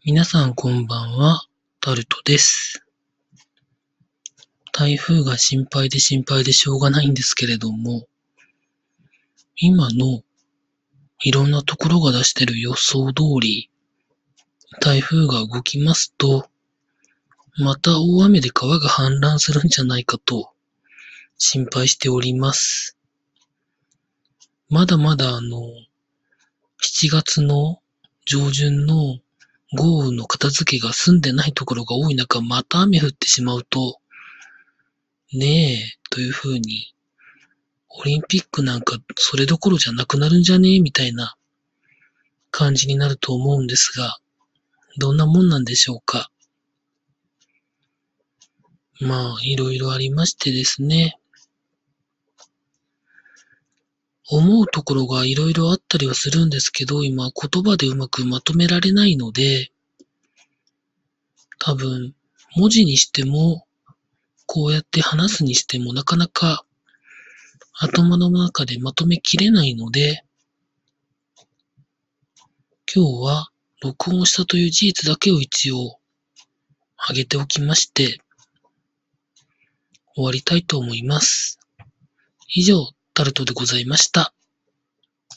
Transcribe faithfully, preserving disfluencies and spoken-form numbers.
皆さんこんばんは、タルトです。台風が心配で心配でしょうがないんですけれども、今のいろんなところが出してる予想通り、台風が動きますと、また大雨で川が氾濫するんじゃないかと心配しております。まだまだあの、しちがつの上旬の豪雨の片付けが済んでないところが多い中、また雨降ってしまうと、ねえ、というふうに、オリンピックなんかそれどころじゃなくなるんじゃねえみたいな感じになると思うんですが、どんなもんなんでしょうか。まあ、いろいろありましてですね。思うところがいろいろあったりはするんですけど、今言葉でうまくまとめられないので、多分、文字にしても、こうやって話すにしてもなかなか頭の中でまとめきれないので、今日は録音したという事実だけを一応挙げておきまして、終わりたいと思います。以上、タルトでございました。